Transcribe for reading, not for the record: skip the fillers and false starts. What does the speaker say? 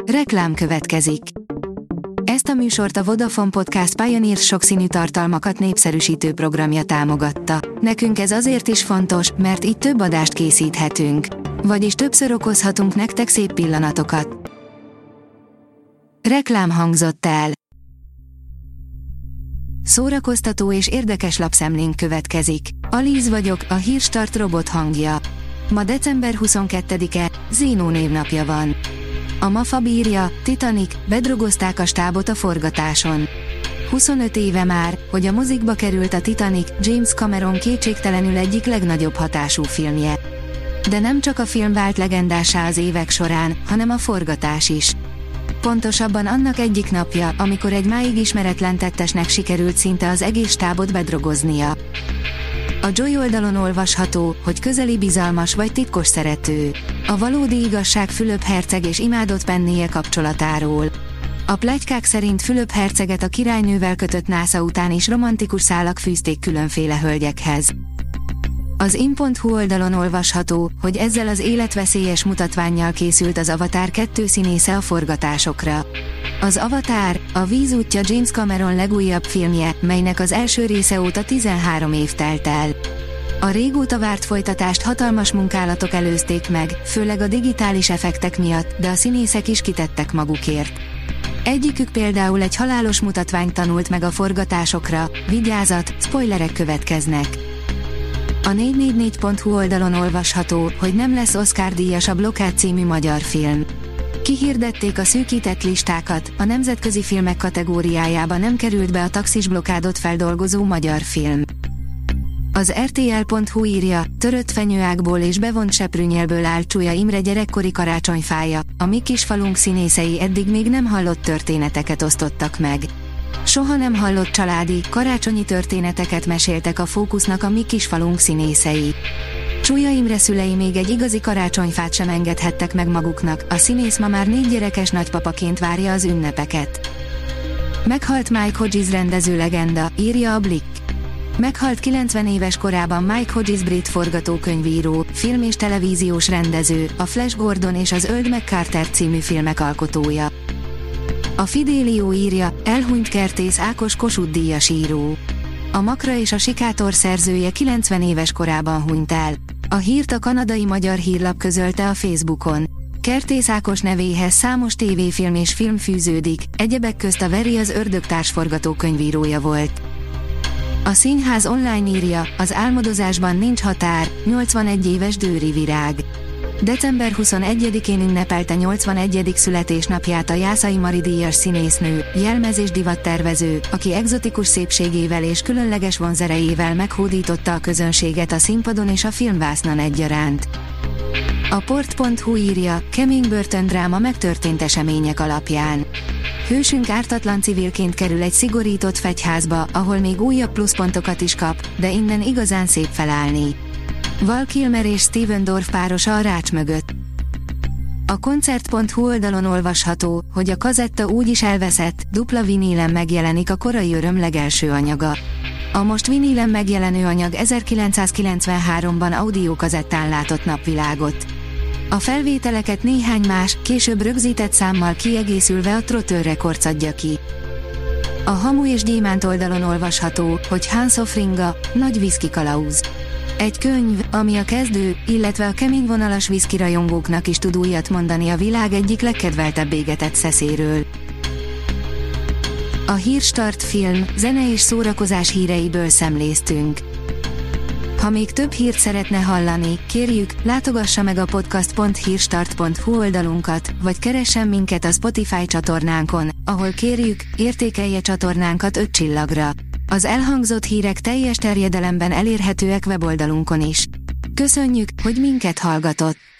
Reklám következik. Ezt a műsort a Vodafone Podcast Pioneer sokszínű tartalmakat népszerűsítő programja támogatta. Nekünk ez azért is fontos, mert így több adást készíthetünk. Vagyis többször okozhatunk nektek szép pillanatokat. Reklám hangzott el. Szórakoztató és érdekes lapszemlénk következik. Alíz vagyok, a Hírstart robot hangja. Ma december 22-e, Zénó névnapja van. A MAFA írja, Titanic, bedrogozták a stábot a forgatáson. 25 éve már, hogy a mozikba került a Titanic, James Cameron kétségtelenül egyik legnagyobb hatású filmje. De nem csak a film vált legendássá az évek során, hanem a forgatás is. Pontosabban annak egyik napja, amikor egy máig ismeretlen tettesnek sikerült szinte az egész stábot bedrogoznia. A Joy oldalon olvasható, hogy közeli bizalmas vagy titkos szerető. A valódi igazság Fülöp herceg és imádott pennéje kapcsolatáról. A pletykák szerint Fülöp herceget a királynővel kötött násza után is romantikus szálak fűzték különféle hölgyekhez. Az in.hu oldalon olvasható, hogy ezzel az életveszélyes mutatvánnyal készült az Avatar 2 színésze a forgatásokra. Az Avatar, a víz útja James Cameron legújabb filmje, melynek az első része óta 13 év telt el. A régóta várt folytatást hatalmas munkálatok előzték meg, főleg a digitális effektek miatt, de a színészek is kitettek magukért. Egyikük például egy halálos mutatványt tanult meg a forgatásokra, vigyázat, spoilerek következnek. A 444.hu oldalon olvasható, hogy nem lesz Oscar-díjas a Blokád című magyar film. Kihirdették a szűkített listákat, a nemzetközi filmek kategóriájába nem került be a taxis blokádot feldolgozó magyar film. Az RTL.hu írja, törött fenyőágból és bevont seprűnyélből állt Csuja Imre gyerekkori karácsonyfája, a mi kisfalunk színészei eddig még nem hallott történeteket osztottak meg. Soha nem hallott családi, karácsonyi történeteket meséltek a Fókusznak a mi kisfalunk színészei. Csuja Imre szülei még egy igazi karácsonyfát sem engedhettek meg maguknak, a színész ma már 4 gyerekes nagypapaként várja az ünnepeket. Meghalt Mike Hodges rendező legenda, írja a Blick. Meghalt 90 éves korában Mike Hodges brit forgatókönyvíró, film- és televíziós rendező, a Flash Gordon és az Öld meg Carter című filmek alkotója. A Fidelio írja, elhunyt Kertész Ákos Kossuth-díjas író. A Makra és a Sikátor szerzője 90 éves korában hunyt el. A hírt a kanadai Magyar Hírlap közölte a Facebookon. Kertész Ákos nevéhez számos tévéfilm és film fűződik, egyebek közt a Veri az Ördögtárs forgatókönyvírója volt. A Színház online írja, az álmodozásban nincs határ, 81 éves Dőry Virág. December 21-én ünnepelte 81. születésnapját a Jászai Mari díjas színésznő, jelmez- és divattervező, aki egzotikus szépségével és különleges vonzerejével meghódította a közönséget a színpadon és a filmvásznon egyaránt. A port.hu írja, kemény börtöndráma megtörtént események alapján. Hősünk ártatlan civilként kerül egy szigorított fegyházba, ahol még újabb pluszpontokat is kap, de innen igazán szép felállni. Val Kilmer és Steven Dorff párosa a rács mögött. A koncert.hu oldalon olvasható, hogy a kazetta úgy is elveszett, dupla vinílen megjelenik a korai öröm legelső anyaga. A most vinílen megjelenő anyag 1993-ban audiokazettán látott napvilágot. A felvételeket néhány más, később rögzített számmal kiegészülve a Trotter Records adja ki. A Hamu és Gyémánt oldalon olvasható, hogy Hans of Ringa, nagy viszki kalauz. Egy könyv, ami a kezdő, illetve a kemény vonalas viszki rajongóknak is tud újat mondani a világ egyik legkedveltebb égetett szeszéről. A Hírstart film, zene és szórakozás híreiből szemléztünk. Ha még több hírt szeretne hallani, kérjük, látogassa meg a podcast.hírstart.hu oldalunkat, vagy keressen minket a Spotify csatornánkon, ahol kérjük, értékelje csatornánkat 5 csillagra. Az elhangzott hírek teljes terjedelemben elérhetőek weboldalunkon is. Köszönjük, hogy minket hallgatott!